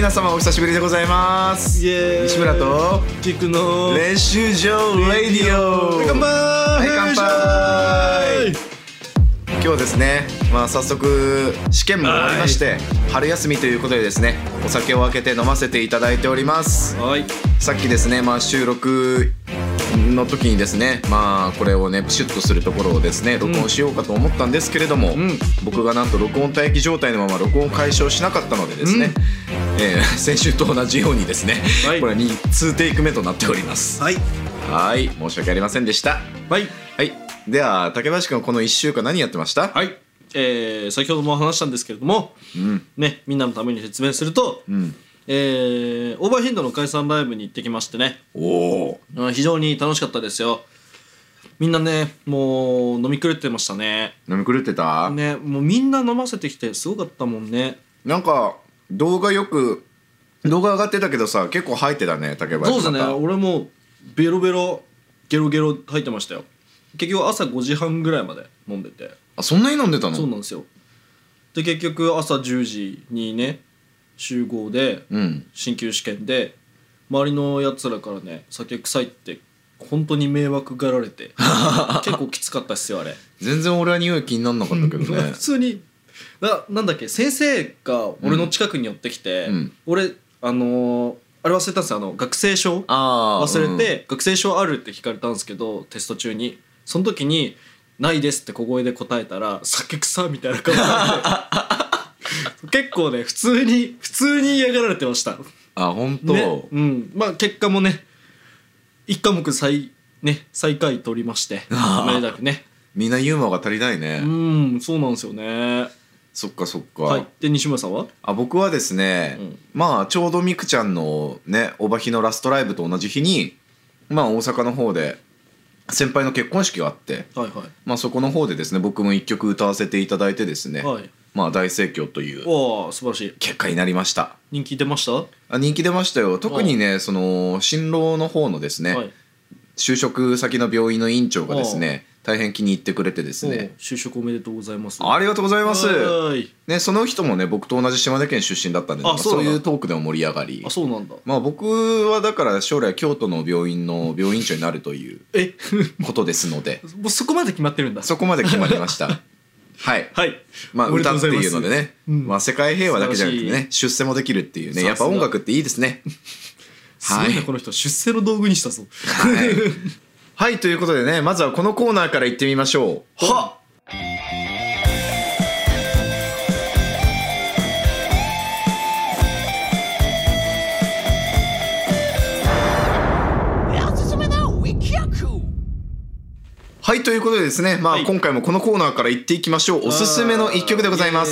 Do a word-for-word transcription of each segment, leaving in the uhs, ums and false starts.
皆様お久しぶりでございます。 イエーイ。 西村とキクの練習場レディオ。 乾杯。 はい乾杯。今日はですね、まあ早速試験も終わりまして、春休みということでですね、お酒を開けて飲ませていただいております。 はい。 さっきですね、まあ収録の時にですね、まあこれをねプシュッとするところをですね録音しようかと思ったんですけれども、うん、僕がなんと録音待機状態のまま録音開始をしなかったのでですね、うんえー、先週と同じようにですね、はい、これににテイク目となっております。はいはい申し訳ありませんでした。はいはいでは竹林くんこのいっしゅうかん何やってました？ はい、えー、先ほども話したんですけれども、うんね、みんなのために説明すると、うんえー、オーバーヒントの解散ライブに行ってきましてね。おお非常に楽しかったですよ。みんなねもう飲み狂ってましたね。 飲み狂ってたね。もうみんな飲ませてきてすごかったもんね。 なんか動画よく動画上がってたけどさ結構入ってたね竹林。 そうですね。俺もベロベロゲロゲロ入ってましたよ。結局朝ごじはんぐらいまで飲んでて。 あそんなに飲んでたの？ そうなんですよ。で結局朝じゅうじにね集合で、うん、進級試験で周りのやつらからね酒臭いって本当に迷惑がられて結構きつかったっすよあれ。 全然俺は匂い気になんなかったけどね普通にな, なんだっけ先生が俺の近くに寄ってきて、うん、俺あのー、あれ忘れたんですよあの学生証忘れて、うん、学生証あるって聞かれたんですけどテスト中にその時にないですって小声で答えたら酒臭みたいな顔で結構ね普通に普通に嫌がられてました。 あ本当、 ね、うんまあ結果もね一科目最ね最下位取りましておめでたくね。 みんなユーモアが足りないね。 うんそうなんですよね。 そっかそっか、 はい、で西村さんは？ あ僕はですね、うん、まあちょうどみくちゃんのねおばひのラストライブと同じ日にまあ大阪の方で先輩の結婚式があって、はいはいまあ、そこの方でですね僕も一曲歌わせていただいてですね、はいまあ、大盛況というお素晴らしい結果になりました。 人気出ました？ あ人気出ましたよ。特にねその新郎の方のですね、はい、就職先の病院の院長がですね大変気に入ってくれてですね就職おめでとうございます。 ありがとうございます、ね、その人もね僕と同じ島根県出身だったんで、ね、そう, そういうトークでも盛り上がり。 あそうなんだ、 まあ、僕はだから将来京都の病院の病院長になるということですのでもうそこまで決まってるんだ。 そこまで決まりましたはい、はいまあ、歌っていうのでね、うんまあ、世界平和だけじゃなくてね出世もできるっていうねやっぱ音楽っていいですね。 すごいなこの人出世の道具にしたぞはいはい、ということでね、まずはこのコーナーからいってみましょう。はっはい、ということでですね、まあ、はい、今回もこのコーナーからいっていきましょう。おすすめのいっきょくでございます。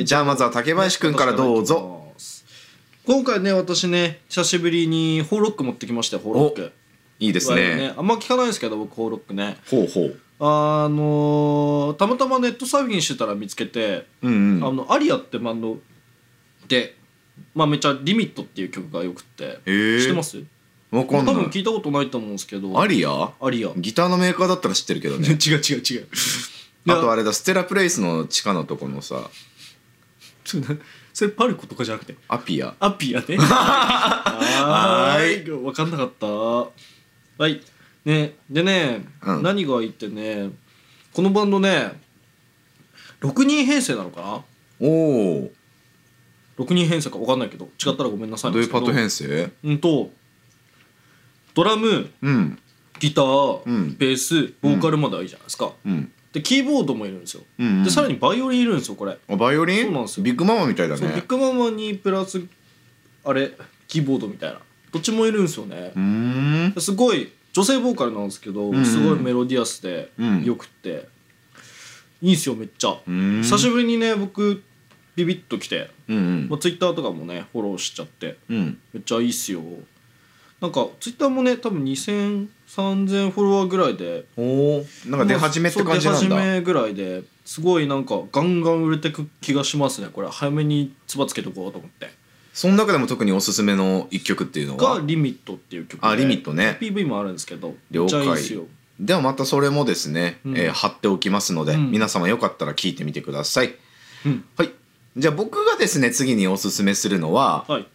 じゃあまずは竹林くんからどうぞ。 今回ね、私ね、久しぶりにホーロック持ってきましたよ、ホーロック。 いいですね。 ねあんま聞かないですけど僕ホーロックね。 ほうほう。 あのー、たまたまネットサーフィンしてたら見つけて、うんうん、あのアリアってバンドで、まあ、めっちゃリミットっていう曲がよくって、えー、知ってます？わかんない。多分聞いたことないと思うんですけど。 アリア？ アリア。 ギターのメーカーだったら知ってるけどね。 違う違う違う。 あとあれだステラプレイスの地下のとこのさ。 それパルコとかじゃなくて。 アピア。 アピアね。はーい。分かんなかった。はいね、でね、うん、何がいいってねこのバンドねろくにん編成なのかな。おおろくにん編成か分かんないけど違ったらごめんなさい。 どういうパート編成？ うんとドラム、うん、ギター、うん、ベースボーカルまではいいじゃないですか、うん、でキーボードもいるんですよ、うんうん、でさらにバイオリンいるんですよこれ。 あバイオリン？ そうなんですよ。 ビッグママみたいだね。 そうビッグママにプラスあれキーボードみたいなどっちもいるんですよね。うーんすごい女性ボーカルなんですけど、うんうん、すごいメロディアスでよくって、うん、いいんすよめっちゃ。久しぶりにね僕ビビッと来て、うんうんまあ、ツイッターとかもねフォローしちゃって、うん、めっちゃいいっすよ。なんかツイッターもね多分にせん、さんぜんフォロワーぐらいでおなんか出始めって感じなんだ。 出始めぐらいですごいなんかガンガン売れてく気がしますね。これ早めにつばつけとこうと思って。 その中でも特におすすめの一曲っていうのはがリミットっていう曲で。 あリミットね。 ピーブイ もあるんですけど了解。 めっちゃいいですよ。 ではまたそれもですね、うんえー、貼っておきますので、うん、皆様よかったら聞いてみてください、うん、はい。じゃあ僕がですね次におすすめするのは、はい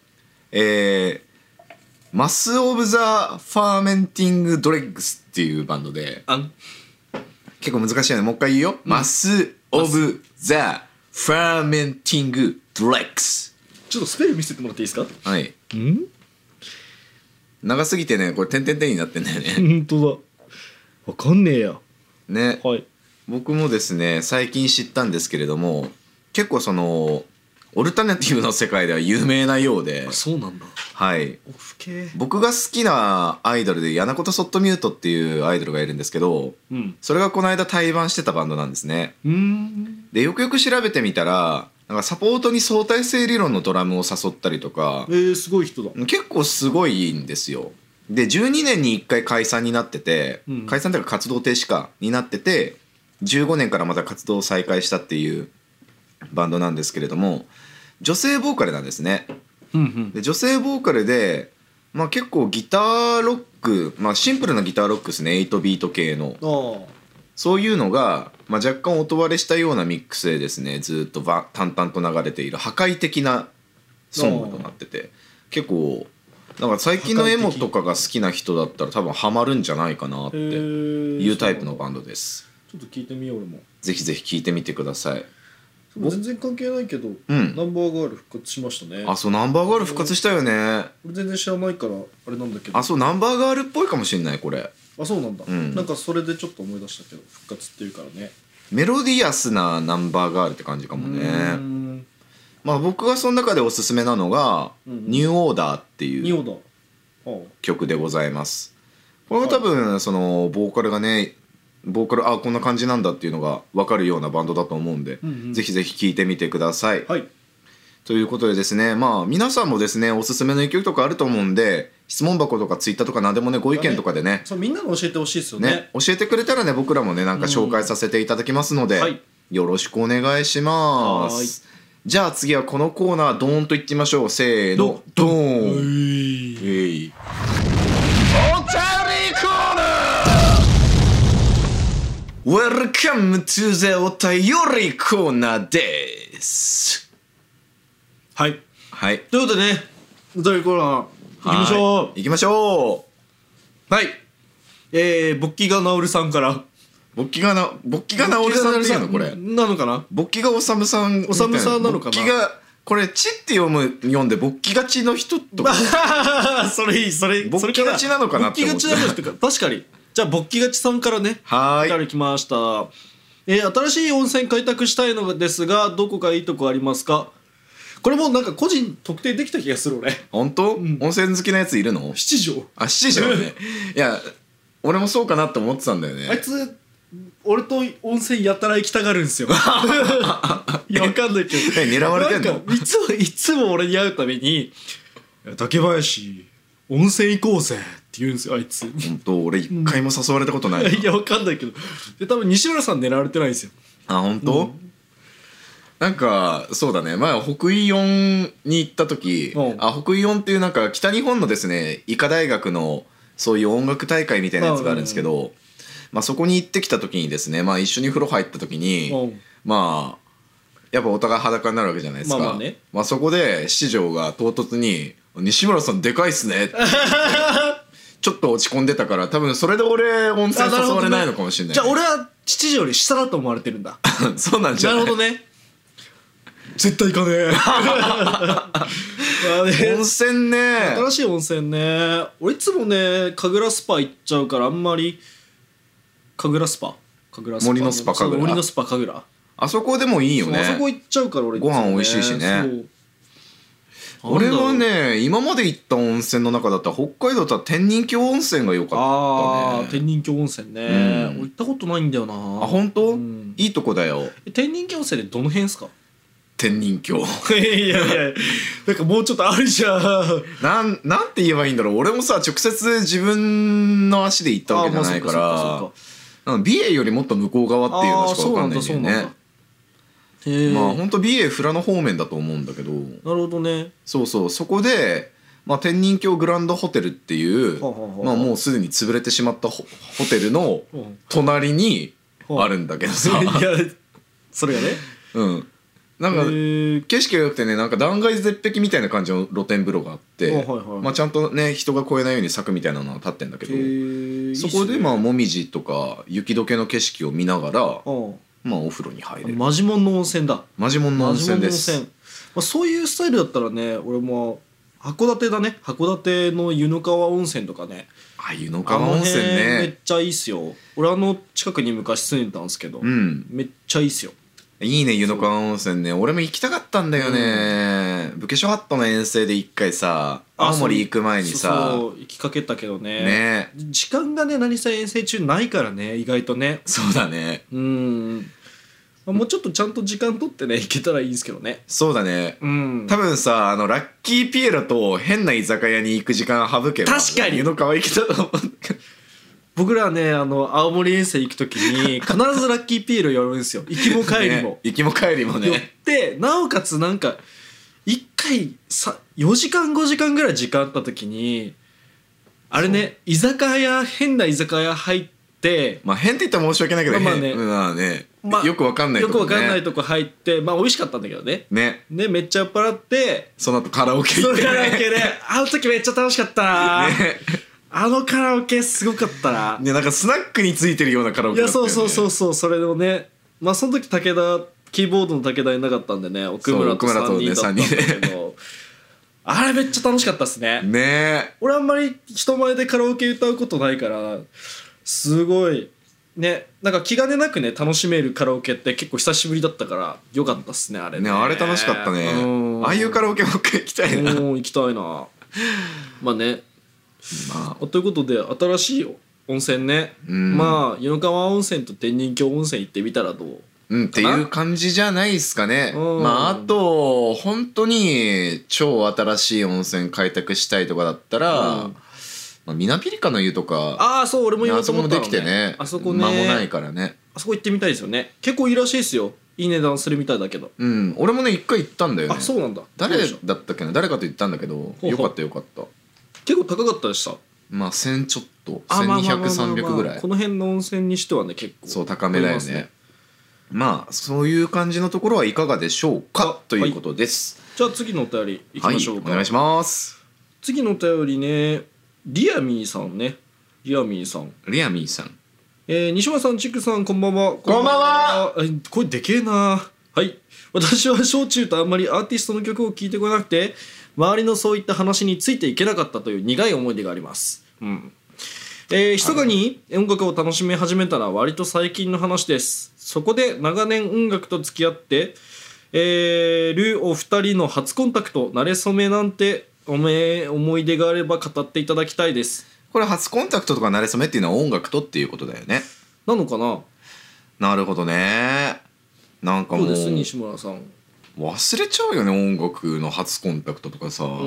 えー、マス・オブ・ザ・ファーメンティング・ドレッグスっていうバンドで、 あん結構難しいよね。もう一回言うよ、うん、マス・オブ・ザ・ファーメンティング・ドレッグス。 ちょっとスペル見せてもらっていいですか？ はい。 ん長すぎてね、これ点々点になってんだよね。 本当だ。わかんねえや。 ね、 はい。 僕もですね最近知ったんですけれども、結構そのオルタナティブの世界では有名なようで。 あ、そうなんだ。 はい。 おふけ。 僕が好きなアイドルでヤナコト・ソットミュートっていうアイドルがいるんですけど、 うん、 それがこの間対バンしてたバンドなんですね。 うーん。 でよくよく調べてみたら、なんかサポートに相対性理論のドラムを誘ったりとか、 えー、すごい人だ。 結構すごいんですよ。でじゅうにねんにいっかい解散になってて、うん、解散というか活動停止かになってて、じゅうごねんからまた活動を再開したっていうバンドなんですけれども、女性ボーカルなんですね。 うんうん、 で女性ボーカルで、まあ、結構ギターロック、まあ、シンプルなギターロックですね。はちビート系のそういうのが、まあ、若干音割れしたようなミックスでですね、ずっとバ淡々と流れている破壊的なソングとなってて、結構なんか最近のエモとかが好きな人だったら多分ハマるんじゃないかなっていうタイプのバンドです。 ちょっと聞いてみよう。俺もぜひぜひ聴いてみてください。 全然関係ないけど、 うん、 ナンバーガール復活しましたね。 あ、そう、ナンバーガール復活したよね。 俺全然知らないからあれなんだけど。 あ、そう、ナンバーガールっぽいかもしんないこれ。 あ、そうなんだ、 うん、 なんかそれでちょっと思い出したけど、復活っていうからね。 メロディアスなナンバーガールって感じかもね。うん、まあ僕がその中でおすすめなのが、うん、ニューオーダーっていう曲でございます。これは多分そのボーカルがね、ボーカル、あ、こんな感じなんだっていうのが分かるようなバンドだと思うんで、うんうん、ぜひぜひ聴いてみてください。 はい。 ということでですね、まあ皆さんもですねおすすめの一曲とかあると思うんで、質問箱とかツイッターとか何でもね、ご意見とかでね、 そうみんなの教えてほしいですよね。 ね、教えてくれたらね、僕らもねなんか紹介させていただきますので、うん、はい、よろしくお願いします。じゃあ次はこのコーナードーンといってみましょう。せーの、ドーン。えい、おたりコーナー Welcome to the お便りコーナーです。 はい、 はい、 ということでね、お便りコーナー行きましょう。 行きましょう。はい、えー、勃起が治るさんから。 勃起がな勃起が治るさんっていうのこれなのかな。 勃起がおさむさん、 おさむさんなのかな。 勃起がこれちって読む読んで勃起がちの人とかそれいい、それ勃起がちなのかなって思って。 勃起がちなの人か確かに。じゃあ勃起がちさんからね。 はい、 から来ました。えー、新しい温泉開拓したいのですがどこかいいとこありますか。これもなんか個人特定できた気がする俺。 本当、うん、温泉好きなやついるの？七条。 あ、七条ねいや俺もそうかなって思ってたんだよね。 あいつ俺と温泉やたら行きたがるんですよいやわかんないけど狙われてんの？ なんかいつもいつも俺に会うたびに竹林温泉行こうぜって言うんですよあいつ。 本当俺一回も誘われたことない、 うん、いやわかんないけどで多分西村さん狙われてないんですよ。 あ、本当？うん、なんかそうだね、前北医四に行った時、うん、あ北医四っていうなんか北日本のですね医科大学のそういう音楽大会みたいなやつがあるんですけど、うん、まあ、そこに行ってきた時にですね、まあ、一緒に風呂入った時に、うん、まあやっぱお互い裸になるわけじゃないですか。まあまあね、まあ、そこで七条が唐突に「西村さんでかいっすね」ってちょっと落ち込んでたから、多分それで俺温泉誘われないのかもしれない、ね、 じゃあ俺は七条より下だと思われてるんだそうなんじゃない。 なるほどね。絶対行かねえね、温泉ね、 新しい温泉ね。俺いつもね神楽スパ行っちゃうからあんまり。神楽スパ神楽スパ森のスパ神楽森のスパ神楽あそこでもいいよね。 あそこ行っちゃうから俺、 ね、ご飯美味しいしね。俺はね今まで行った温泉の中だったら北海道だったら天人峡温泉が良かったね。 あー天人峡温泉ね、うん、俺行ったことないんだよな。あ本当、うん、いいとこだよ。 天人峡温泉でどの辺ですか。 天人峡いやいやなんかもうちょっとあるじゃん。 なんなんて言えばいいんだろう。俺もさ直接自分の足で行ったわけじゃないから美瑛よりもっと向こう側っていうのしか分かんないんだよね。まあほんと美瑛富良野方面だと思うんだけど。なるほどね。 そうそう、そこで、まあ、天人峡グランドホテルっていう、はははまあ、もうすでに潰れてしまったホホテルの隣にあるんだけどさいやそれがねうんなんか景色が良くてね、なんか断崖絶壁みたいな感じの露天風呂があって、はいはい、まあ、ちゃんとね人が越えないように柵みたいなのが立ってんだけど、そこでまあもみじとか雪解けの景色を見ながら、まあお風呂に入れる。 マジモンの温泉だ。 マジモンの温泉です。 まあ、そういうスタイルだったらね、俺も函館だね、函館の湯の川温泉とかね。 あ、湯の川温泉ね、 めっちゃいいっすよ。俺あの近くに昔住んでたんですけど、うん、めっちゃいいっすよ。 いいね、湯の川温泉ね。俺も行きたかったんだよね、うん、武家諸法度の遠征で一回さ、青森行く前にさ、 そうそう行きかけたけどね、ね、時間がね何せ遠征中ないからね、意外とね。 そうだね。 うん、まあ、もうちょっとちゃんと時間取ってね行けたらいいんですけどね。 そうだね、 うん、 多分さ、あのラッキーピエロと変な居酒屋に行く時間省けば確かに湯の川行けたと思うんだけど僕らね、あの青森遠征行く時に必ずラッキーピエロ寄るんですよ。行きも帰りも、 ね、行きも帰りもね。 寄ってなおかつなんかいっかいさよじかんごじかんぐらい時間あった時にあれね、居酒屋変な居酒屋入って、 まあ変って言ったら申し訳ないけど、 まあね、 まあね、まあ、よくわかんないとこ、ね、 よくわかんないとこ入って、まあ美味しかったんだけどね。 ね。 ね、めっちゃ酔っ払ってその後カラオケ行って、ね、 カラオケであの時めっちゃ楽しかったな、ね、あのカラオケすごかったな。 ね、なんかスナックについてるようなカラオケだったよね。 いや、そうそうそうそう、それをね、まあその時武田キーボードの武田いなかったんでね、奥村とさんにんだったんだけど、あれめっちゃ楽しかったっすね。 ねえ。 俺あんまり人前でカラオケ歌うことないからすごいね、なんか気兼ねなくね楽しめるカラオケって結構久しぶりだったからよかったっすね、あれ ね, ねあれ楽しかったね。ああいうカラオケもう一回行きたいな。 行きたいな。まあね、まあ、ということで新しい温泉ね、うん、まあ湯の川温泉と天人峡温泉行ってみたらどう、 うん、っていう感じじゃないですかね。まああと本当に超新しい温泉開拓したいとかだったら、うん、まあ、みなぴりかの湯とか、 ああそう俺も言おうと思ったの、ね、 あそこもできてね、 あそこね間もないからね、 あそこ行ってみたいですよね。結構いいらしいですよ。いい値段するみたいだけど。 うん、俺もね一回行ったんだよね。 あ、そうなんだ。 誰だったっけな、誰かと行ったんだけど、ほうほう、よかったよかった。 結構高かったでした。 まあせんちょっと、せんにひゃく、さんびゃくぐらい。 この辺の温泉にしてはね結構そう高めだよね。まあそういう感じのところはいかがでしょうかということです、 はい、じゃあ次のお便りいきましょうか、 はい、お願いします。 次のお便りね、リアミーさんね、リアミーさんリアミーさん、 えー、西村さん、チックさん、こんばんは。 こんばんは。 声でけえな。はい、私は小中とあんまりアーティストの曲を聴いてこなくて周りのそういった話についていけなかったという苦い思い出があります。うん、えー、密かに音楽を楽しみ始めたのは割と最近の話です。そこで長年音楽と付き合って、えー、るお二人の初コンタクト、馴れ初めなんておめ思い出があれば語っていただきたいです。 これ初コンタクトとか馴れ初めっていうのは音楽とっていうことだよね。 なのかな。 なるほどね。なんかもうどうです西村さん、 忘れちゃうよね、音楽の初コンタクトとかさ。 うん、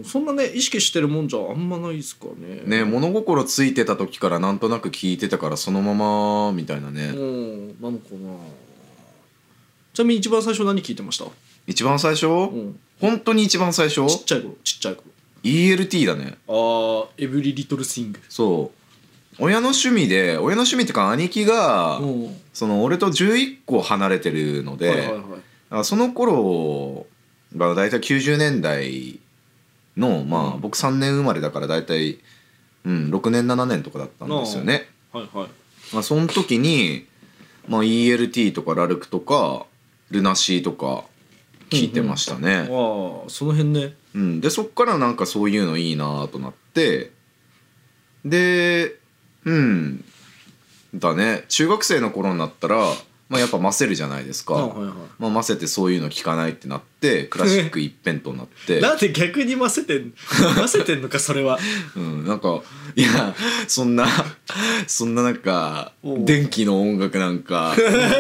そんなね意識してるもんじゃあんまないですかね。 ね、物心ついてた時からなんとなく聞いてたからそのままみたいなね。 うん、なのかな。ちなみに一番最初何聞いてました？ 一番最初、うん、本当に一番最初、 ちっちゃい頃、ちっちゃい頃イーエルティー だね。 ああ、エブリリトルシング。 そう親の趣味で、親の趣味ってか兄貴が、うん、その俺とじゅういっこ離れてるので、はいはいはい、その頃がだいたいきゅうじゅうねんだいの、まあ、うん、僕さんねん生まれだからだいたい、うん、ろくねんななねんとかだったんですよね。 はいはい、 まあ、その時に、まあ、イーエルティー とかラルクとかルナシーとか聞いてましたね。 うんうん、ああその辺ね。 うん、でそっからなんかそういうのいいなとなって、でうんだね、中学生の頃になったら、まあ、やっぱませるじゃないですか。はいはい、まあ、ませてそういうの聞かないってなってクラシック一辺倒になってなんで逆にませてんませてんのかそれは。 うん、なんかいやそんなそんななんか電気の音楽なんか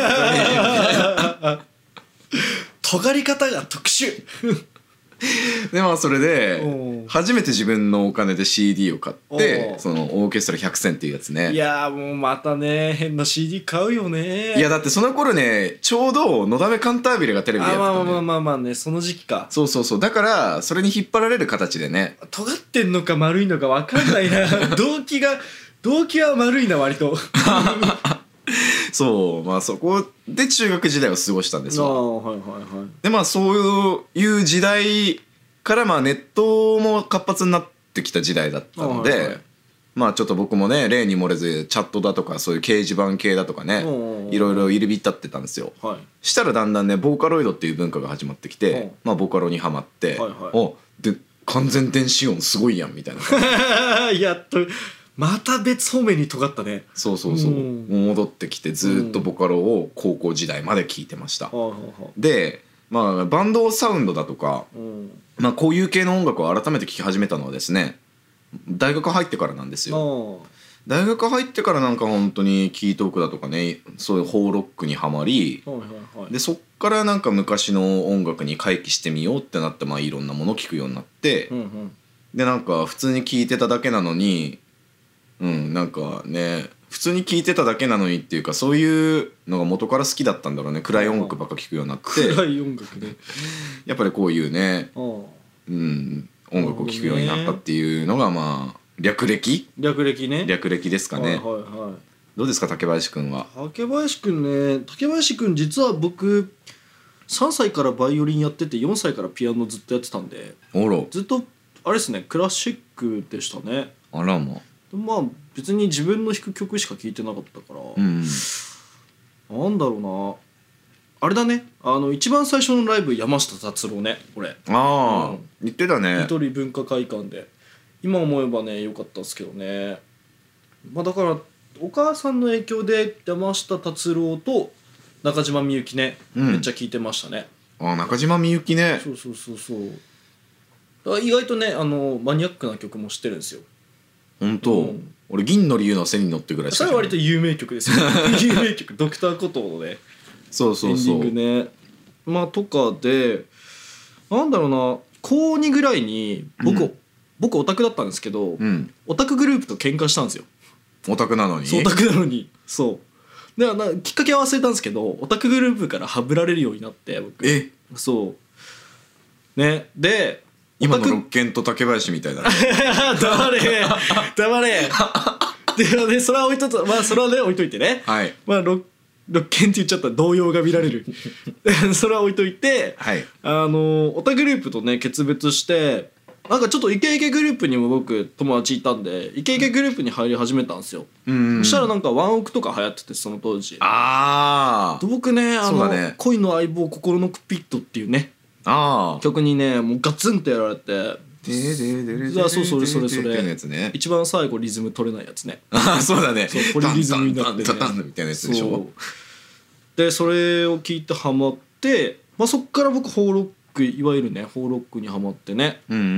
尖り方が特殊でまあそれで初めて自分のお金で シーディー を買って、そのオーケストラひゃくせんっていうやつね。 いやもうまたね変な シーディー 買うよね。 いやだってその頃ねちょうどのだめカンタービレがテレビでやってたね。 あまあまあまあまあね、その時期か。 そうそうそう、だからそれに引っ張られる形でね。 尖ってんのか丸いのか分かんないな動機が動機は丸いな割とそうまあそこで中学時代を過ごしたんですあわ。 あはいはいはい。 でまあそういう時代からまあネットも活発になってきた時代だったので、 はいはい、 まあちょっと僕もね例に漏れずチャットだとかそういう掲示板系だとかねいろいろ入り浸ってたんですよ、 はい、 したらだんだんねボーカロイドっていう文化が始まってきて、まあボカロにハマって、はいはい、おで完全電子音すごいやんみたいなやっとまた別方面に尖ったね。 そうそうそう、うん、戻ってきてずっとボカロを高校時代まで聴いてました、うん、でまあバンドサウンドだとか、うん、まあこういう系の音楽を改めて聴き始めたのはですね大学入ってからなんですよ。大学入ってからなんか本当にキートークだとかねそういうホーロックにはまり、はいはいはい、でそっからなんか昔の音楽に回帰してみようってなって、まあいろんなものを聴くようになって、うんうん、でなんか普通に聴いてただけなのにうんなんかね普通に聴いてただけなのにっていうかそういうのが元から好きだったんだろうね。暗い音楽ばっか聴くようになって暗い音楽ねやっぱりこういうね、うん、音楽を聴くようになったっていうのがまあ略歴略歴ね略歴ですかね、はいはいはい、どうですか竹林くんは。 竹林くんね竹林くん実は僕さんさいからバイオリンやっててよんさいからピアノずっとやってたんでずっとあれですねクラシックでしたね。 あらままあ別に自分の弾く曲しか聴いてなかったから、うん、なんだろうなあれだねあの一番最初のライブ山下達郎ねこれああ、うん、言ってたねニトリ文化会館で今思えばね良かったですけどね。まあだからお母さんの影響で山下達郎と中島みゆきね、うん、めっちゃ聴いてましたね。 あ中島みゆきねそうそうそうそうだから意外とねあのマニアックな曲も知ってるんですよ。 本当、うん、俺銀の竜の背に乗ってぐらいしかそれは割と有名曲ですよ有名曲ドクターコトーのねそうそうそうエンディングねまあとかでなんだろうなこうにぐらいに僕、うん、僕オタクだったんですけど、うん、オタクグループと喧嘩したんですよ。 オタクなのにそうオタクなのにそうだからきっかけは忘れたんですけどオタクグループからはぶられるようになって僕えそうねで今の六軒と竹林みたいな黙れ黙れで、ね、それは置いといてまあそれはね置いといてね、はい、まあ六軒って言っちゃったら動揺が見られるそれは置いといて、はい、あのオタグループとね決別してなんかちょっとイケイケグループにも僕友達いたんでイケイケグループに入り始めたんですよ、うんうん、そしたらなんかワンオクとか流行っててその当時ああ僕ねあの、ね、恋の相棒心のクピットっていうねあ曲にねもうガツンとやられてでででででそうそれそれそれ、ね、一番最後リズム取れないやつねああそうだねそうポリリズムになってねタンタンタンみたいなやつでしょ。 でそれを聞いてハマって、まあ、そっから僕ホーロックいわゆるねホーロックにハマってね、うんうんうん、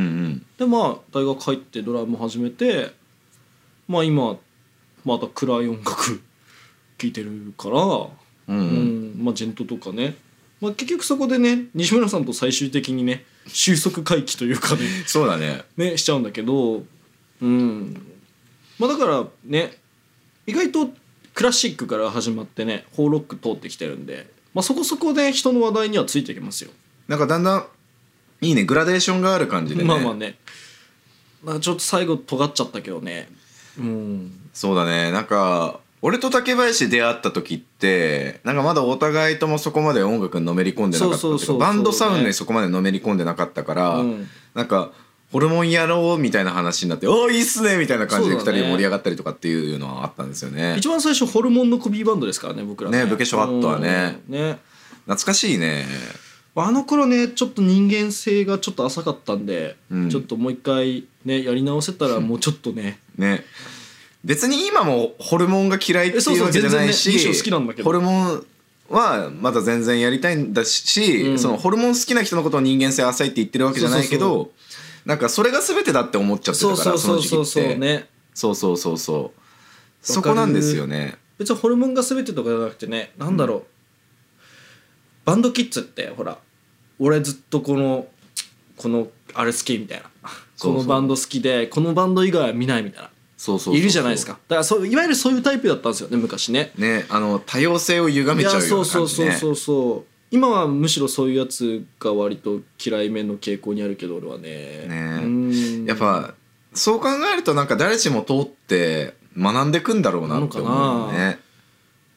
でまあ大学入ってドラム始めてまあ今また暗い音楽聴いてるから、うんうんうんまあ、ジェントとかね、まあ、結局そこでね西村さんと最終的にね収束回帰というかねそうだねねしちゃうんだけどうんまあだからね意外とクラシックから始まってねホーロック通ってきてるんで、まあ、そこそこで人の話題にはついてきますよ。 なんかだんだんいいねグラデーションがある感じでね。 まあまあね、まあ、ちょっと最後尖っちゃったけどね。うんそうだねなんか俺と竹林出会った時ってなんかまだお互いともそこまで音楽にのめり込んでなかったっていうかバンドサウンドにそこまでのめり込んでなかったから、うん、なんかホルモンやろうみたいな話になっておーいいっすねみたいな感じでふたりで盛り上がったりとかっていうのはあったんですよね。 一番最初ホルモンのコピーバンドですからね僕らね。 ねブケショワットはね、ね懐かしいね。 あの頃ねちょっと人間性がちょっと浅かったんで、うん、ちょっともう一回ねやり直せたらもうちょっとねね別に今もホルモンが嫌いっていうわけじゃないし、 そうそう、ね、好きなんだけどホルモンはまだ全然やりたいんだし、うん、そのホルモン好きな人のことを人間性浅いって言ってるわけじゃないけどそうそうそうなんかそれが全てだって思っちゃってたからその時期ってそうそうそうそうねそうそうそうそうそこなんですよね。 別にホルモンが全てとかじゃなくてねなんだろう、うん、バンドキッズってほら俺ずっとこのこのあれ好きみたいなこのバンド好きでこのバンド以外は見ないみたいなそうそうそうそういるじゃないですか。だからそういわゆるそういうタイプだったんですよね昔ね。 ねあの多様性を歪めちゃうような感じね。 そうそうそうそうそう今はむしろそういうやつが割と嫌いめの傾向にあるけど俺はね。 ねうんやっぱそう考えるとなんか誰しも通って学んでくんだろうなって思うよね。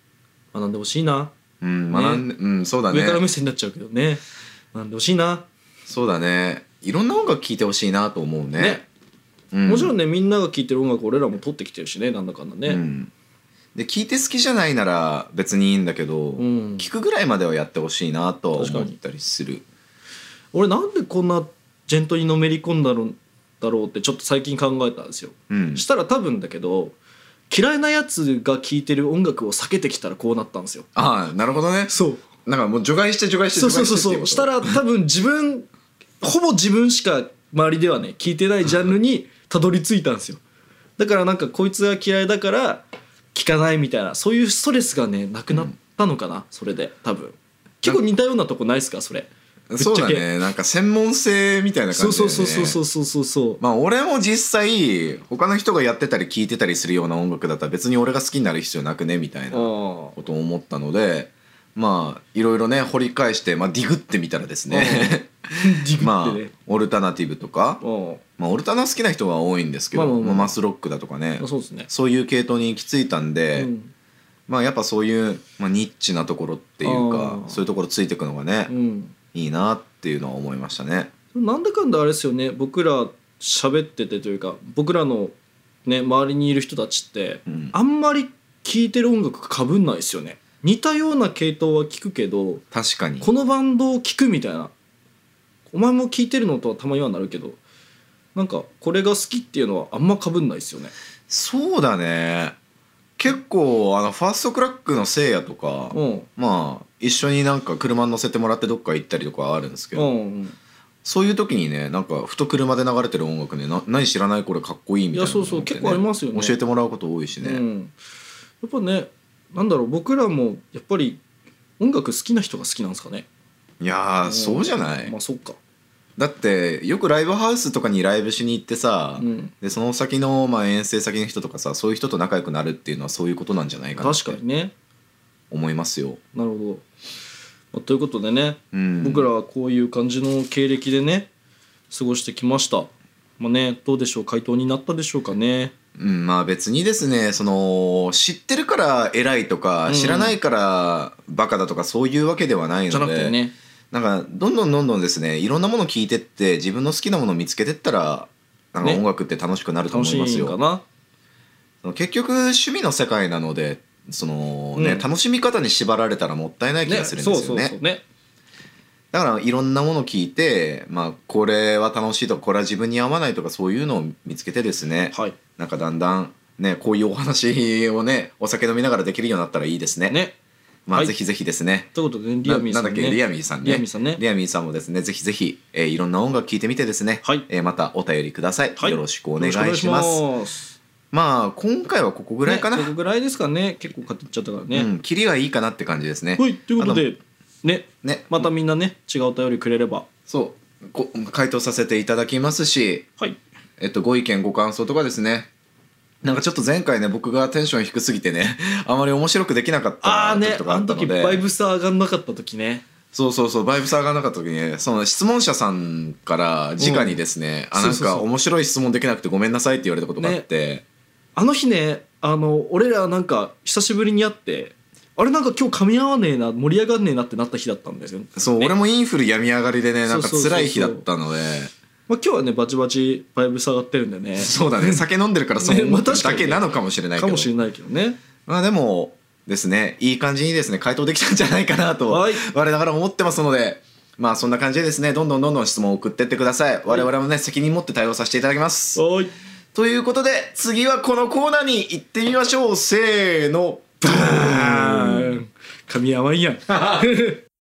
学んでほしいな。 うん学んで、ね、うんそうだね。 上から目線になっちゃうけどね、学んでほしいな。 そうだね。いろんな音楽聴いてほしいなと思うね。 ね、うん、もちろんねみんなが聴いてる音楽俺らも撮ってきてるしね、なんだかんだね、うん、 で聴いて好きじゃないなら別にいいんだけど、うん、聴くぐらいまではやってほしいなと思ったりする。俺なんでこんなジェントにのめり込んだろうだろうってちょっと最近考えたんですよ、うん、したら多分だけど嫌いなやつが聴いてる音楽を避けてきたらこうなったんですよ。 ああなるほどね。 そうなんかもう除外して除外して除外してそうそうそうそうしたら多分自分ほぼ自分しか周りではね聴いてないジャンルにたどり着いたんですよ。だからなんかこいつが嫌いだから聴かないみたいなそういうストレスがねなくなったのかな、うん、それで多分結構似たようなとこないですかそれ。 そうだね。なんか専門性みたいな感じだよね。 そうそうそうそうそうそう。 まあ俺も実際他の人がやってたり聴いてたりするような音楽だったら別に俺が好きになる必要なくねみたいなことを思ったので、まあいろいろね掘り返して、まあ、ディグってみたらですねまあオルタナティブとか、まあオルタナ好きな人は多いんですけど、まあまあまあ、マスロックだとかね、 そうですね、 そういう系統に行き着いたんで、うん、まあやっぱそういう、まあ、ニッチなところっていうかそういうところついていくのがね、うん、いいなっていうのは思いましたね。 なんだかんだあれですよね、僕ら喋っててというか僕らのね周りにいる人たちって、うん、あんまり聴いてる音楽かぶんないですよね。似たような系統は聞くけど確かにこのバンドを聴くみたいな、お前も聴いてるのとはたまにはなるけどなんかこれが好きっていうのはあんまかぶんないですよね。 そうだね。結構あのファーストクラックのせいやとか、うん、まあ一緒になんか車に乗せてもらってどっか行ったりとかはあるんですけど、うんうん、そういう時にねなんかふと車で流れてる音楽ねな何知らないこれかっこいいみたいな、ね、いやそうそう結構ありますよね。教えてもらうこと多いしね、うん、 やっぱねなんだろう僕らもやっぱり音楽好きな人が好きなんですかね。 いやーそうじゃない。 まあそっか。 だってよくライブハウスとかにライブしに行ってさ、うん、でその先の、まあ、遠征先の人とかさそういう人と仲良くなるっていうのはそういうことなんじゃないかなって確かにね思いますよ。 なるほど、まあ、ということでね、うん、僕らはこういう感じの経歴でね過ごしてきました。まあねどうでしょう回答になったでしょうかね。 うん、まあ別にですねその知ってるから偉いとか、うん、知らないからバカだとかそういうわけではないのでじゃなくてねなんかどんどんどんどんですねいろんなもの聞いてって自分の好きなものを見つけてったらなんか音楽って楽しくなると思いますよ、ね、楽しいかな。結局趣味の世界なのでその、ねうん、楽しみ方に縛られたらもったいない気がするんですよね。だからいろんなものを聞いて、まあ、これは楽しいとかこれは自分に合わないとかそういうのを見つけてですね、はい、なんかだんだん、ね、こういうお話をねお酒飲みながらできるようになったらいいですね。ねまあ、はい、ぜひぜひですね。 ということで、ね、リアミーさん、ね、 なんだっけリアミーさんね。 リアミーさんね。 リアミーさんもですねぜひぜひ、えー、いろんな音楽聴いてみてですね、はいえー、またお便りください、はい、よろしくお願いします。まあ今回はここぐらいかな、 ね、ここぐらいですかね。結構語っちゃったからね、うん、 キリがいいかなって感じですね。 はいということでねねまたみんなね違うお便りくれればそうこ回答させていただきますし、はいえっと、ご意見ご感想とかですねなんかちょっと前回ね僕がテンション低すぎてねあまり面白くできなかった時とかあったので、あーね、あの時バイブス上がんなかった時ねそうそうそうバイブス上がんなかった時にねその質問者さんから直にですね、うん、あなんか面白い質問できなくてごめんなさいって言われたことがあって、ね、 あの日ねあの俺らなんか久しぶりに会ってあれなんか今日噛み合わねえな盛り上がんねえなってなった日だったんですよ、ね、 そう、ね、俺もインフル病み上がりでねなんか辛い日だったのでまあ、今日はねバチバチバイブ下がってるんでねそうだね酒飲んでるからそう思っただけなのかもしれないけど、 かもしれないけどねまあでもですねいい感じにですね回答できたんじゃないかなと我ながら思ってますのでまあそんな感じでですねどんどんどんどん質問を送ってってください。我々もね責任持って対応させていただきます。はいということで次はこのコーナーに行ってみましょう。せーのバーン噛み合わんやん